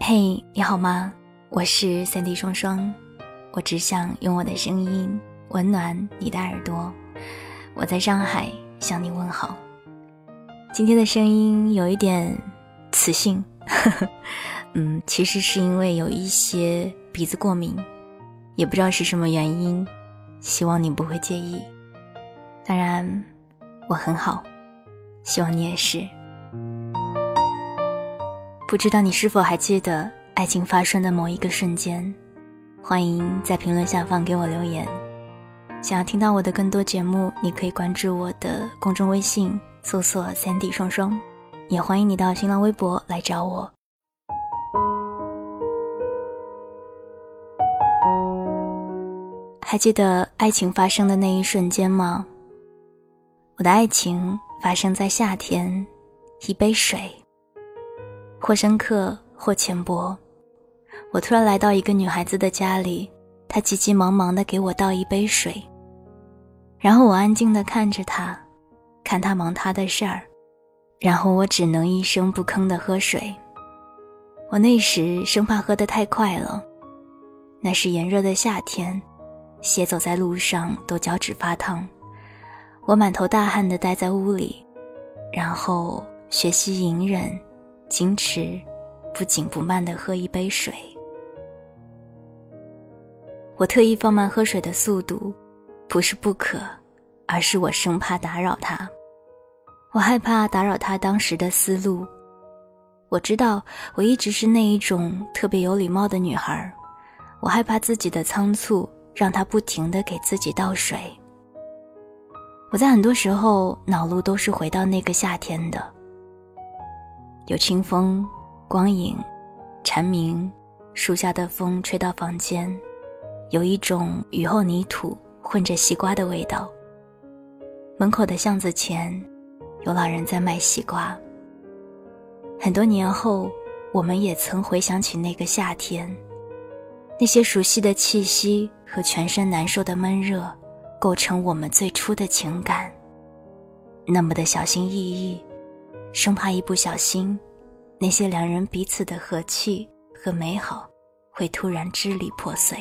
嘿，你好吗？我是3D 双双，我只想用我的声音温暖你的耳朵。我在上海向你问好。今天的声音有一点磁性其实是因为有一些鼻子过敏，也不知道是什么原因，希望你不会介意。当然我很好，希望你也是。不知道你是否还记得爱情发生的某一个瞬间，欢迎在评论下方给我留言。想要听到我的更多节目，你可以关注我的公众微信，搜索3D 双双，也欢迎你到新浪微博来找我。还记得爱情发生的那一瞬间吗？我的爱情发生在夏天，一杯水，或深刻或浅薄。我突然来到一个女孩子的家里，她急急忙忙地给我倒一杯水，然后我安静地看着她，看她忙她的事儿，然后我只能一声不吭地喝水。我那时生怕喝得太快了，那是炎热的夏天，鞋走在路上都脚趾发烫。我满头大汗地待在屋里，然后学习隐忍矜持，不紧不慢地喝一杯水。我特意放慢喝水的速度，不是不渴，而是我生怕打扰他。我害怕打扰他当时的思路。我知道我一直是那一种特别有礼貌的女孩，我害怕自己的仓促让他不停地给自己倒水。我在很多时候脑路都是回到那个夏天的，有清风、光影、蝉鸣，树下的风吹到房间，有一种雨后泥土混着西瓜的味道。门口的巷子前有老人在卖西瓜。很多年后，我们也曾回想起那个夏天，那些熟悉的气息和全身难受的闷热构成我们最初的情感，那么的小心翼翼，生怕一不小心，那些两人彼此的和气和美好会突然支离破碎。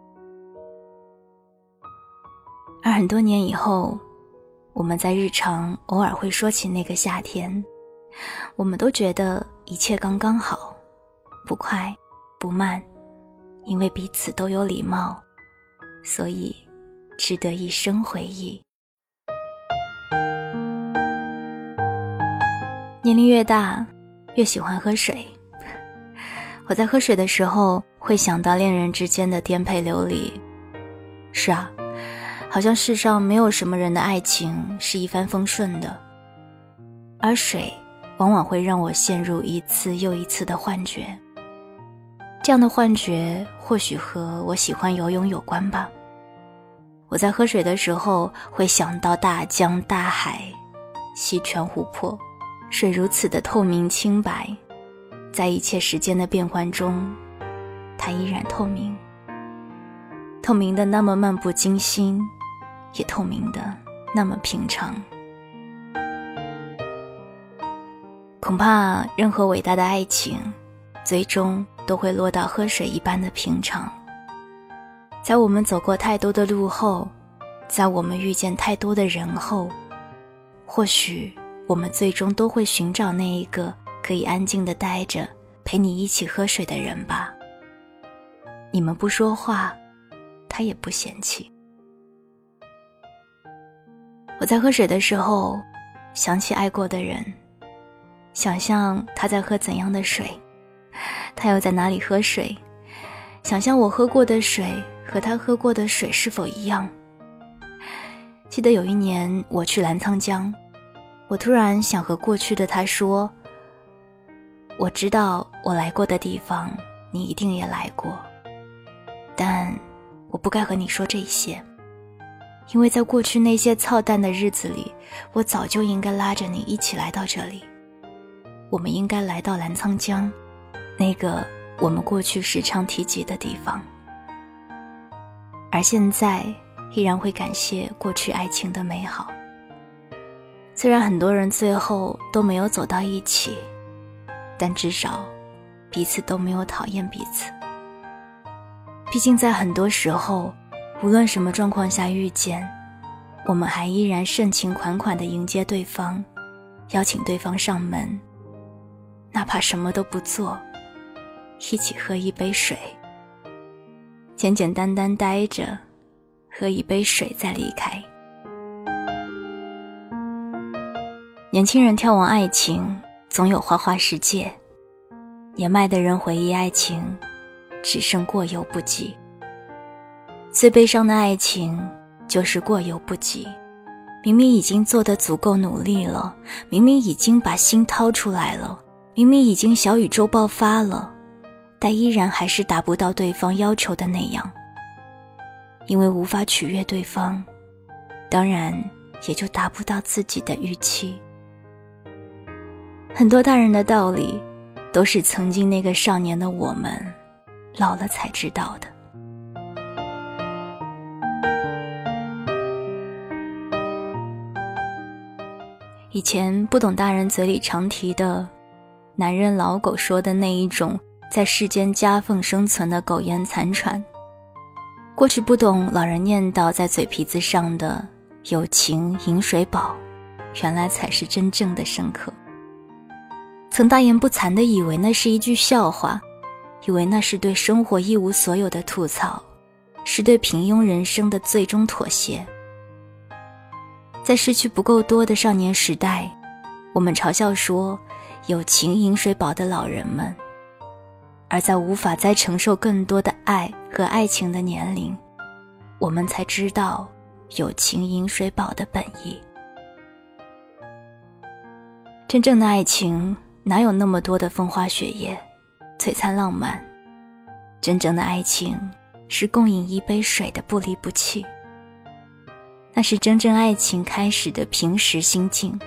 而很多年以后，我们在日常偶尔会说起那个夏天，我们都觉得一切刚刚好，不快不慢，因为彼此都有礼貌，所以值得一生回忆。年龄越大，越喜欢喝水。我在喝水的时候会想到恋人之间的颠沛流离。是啊，好像世上没有什么人的爱情是一帆风顺的，而水往往会让我陷入一次又一次的幻觉。这样的幻觉或许和我喜欢游泳有关吧。我在喝水的时候会想到大江大海、溪泉湖泊，水如此的透明清白，在一切时间的变换中，它依然透明，透明的那么漫不经心，也透明的那么平常。恐怕任何伟大的爱情最终都会落到喝水一般的平常。在我们走过太多的路后，在我们遇见太多的人后，或许我们最终都会寻找那一个可以安静地待着陪你一起喝水的人吧。你们不说话，他也不嫌弃。我在喝水的时候想起爱过的人，想象他在喝怎样的水，他又在哪里喝水，想象我喝过的水和他喝过的水是否一样。记得有一年我去澜沧江，我突然想和过去的他说，我知道我来过的地方你一定也来过，但我不该和你说这些，因为在过去那些操蛋的日子里，我早就应该拉着你一起来到这里。我们应该来到澜沧江，那个我们过去时常提及的地方。而现在依然会感谢过去爱情的美好。虽然很多人最后都没有走到一起，但至少彼此都没有讨厌彼此。毕竟在很多时候，无论什么状况下遇见，我们还依然盛情款款地迎接对方，邀请对方上门，哪怕什么都不做，一起喝一杯水，简简单单待着，喝一杯水再离开。年轻人眺望爱情，总有花花世界，年迈的人回忆爱情，只剩过犹不及。最悲伤的爱情就是过犹不及，明明已经做得足够努力了，明明已经把心掏出来了，明明已经小宇宙爆发了，但依然还是达不到对方要求的那样。因为无法取悦对方，当然也就达不到自己的预期。很多大人的道理，都是曾经那个少年的我们老了才知道的。以前不懂大人嘴里常提的男人老狗说的那一种在世间夹缝生存的苟延残喘，过去不懂老人念叨在嘴皮子上的友情饮水饱，原来才是真正的深刻。曾大言不惭地以为那是一句笑话，以为那是对生活一无所有的吐槽，是对平庸人生的最终妥协。在失去不够多的少年时代，我们嘲笑说有情饮水饱的老人们，而在无法再承受更多的爱和爱情的年龄，我们才知道有情饮水饱的本意。真正的爱情哪有那么多的风花雪月璀璨浪漫，真正的爱情是共饮一杯水的不离不弃，那是真正爱情开始的平时心境。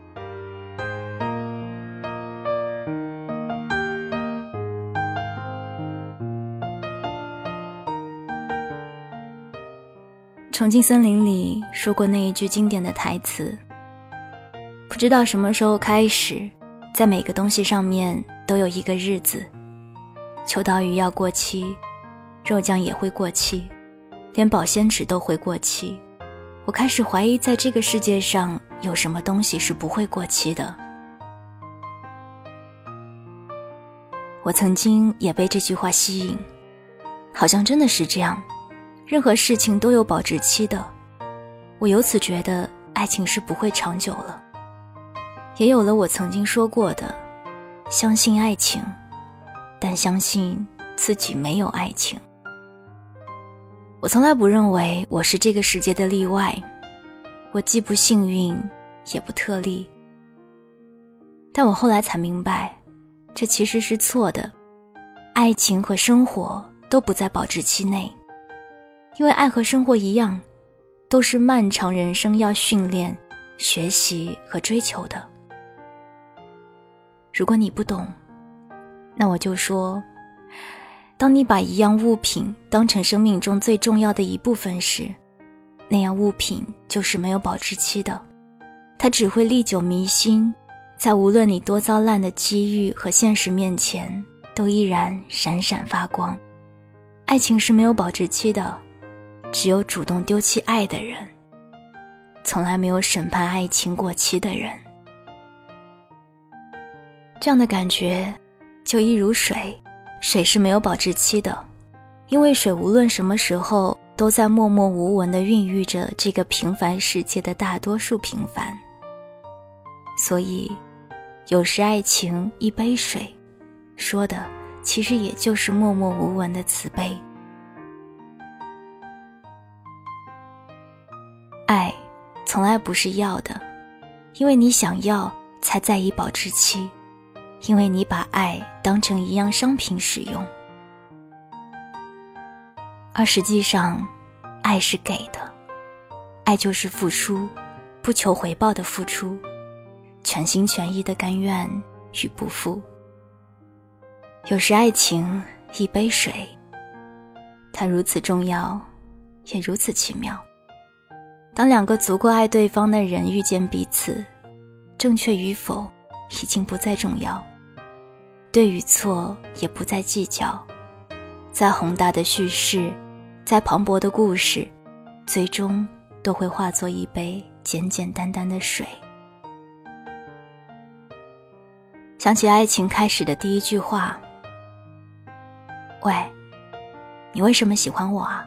重庆森林里说过那一句经典的台词，不知道什么时候开始，在每个东西上面都有一个日子，秋刀鱼要过期，肉酱也会过期，连保鲜纸都会过期。我开始怀疑在这个世界上有什么东西是不会过期的。我曾经也被这句话吸引，好像真的是这样，任何事情都有保质期的。我由此觉得爱情是不会长久了，也有了我曾经说过的相信爱情，但相信自己没有爱情。我从来不认为我是这个世界的例外，我既不幸运也不特例。但我后来才明白，这其实是错的。爱情和生活都不在保质期内，因为爱和生活一样，都是漫长人生要训练、学习和追求的。如果你不懂，那我就说，当你把一样物品当成生命中最重要的一部分时，那样物品就是没有保质期的，它只会历久弥新，在无论你多糟烂的机遇和现实面前，都依然闪闪发光。爱情是没有保质期的，只有主动丢弃爱的人，从来没有审判爱情过期的人。这样的感觉就一如水，水是没有保质期的，因为水无论什么时候都在默默无闻地孕育着这个平凡世界的大多数平凡。所以有时爱情一杯水，说的其实也就是默默无闻的慈悲。爱从来不是要的，因为你想要才在意保质期，因为你把爱当成一样商品使用。而实际上，爱是给的，爱就是付出，不求回报的付出，全心全意的甘愿与不负。有时爱情一杯水，它如此重要，也如此奇妙。当两个足够爱对方的人遇见彼此，正确与否已经不再重要， 对与错也不再计较。再宏大的叙事，再磅礴的故事，最终都会化作一杯简简单单的水。想起爱情开始的第一句话：喂，你为什么喜欢我啊？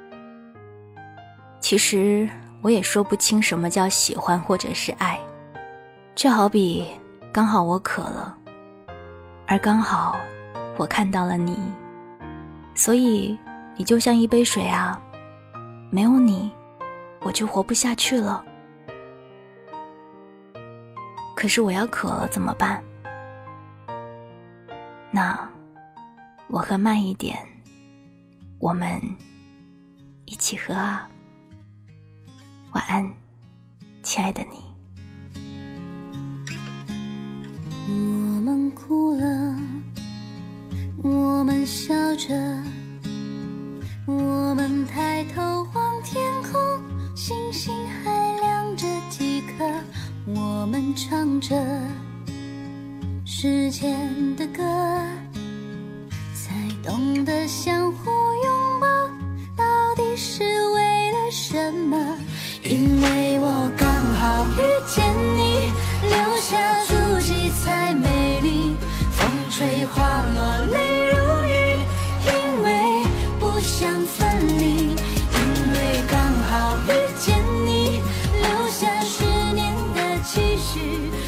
其实我也说不清什么叫喜欢或者是爱，就好比刚好我渴了，而刚好我看到了你，所以你就像一杯水啊，没有你我就活不下去了。可是我要渴了怎么办？那我喝慢一点，我们一起喝啊。晚安，亲爱的你。 我们哭了，我们笑着，我们抬头望天空，星星还亮着几颗，我们唱着时间的歌，才懂得相互拥抱到底是为了什么。因为我刚好遇见你，留下足迹才美丽，风吹花落泪如雨，因为不想分离。因为刚好遇见你，留下10年的期许，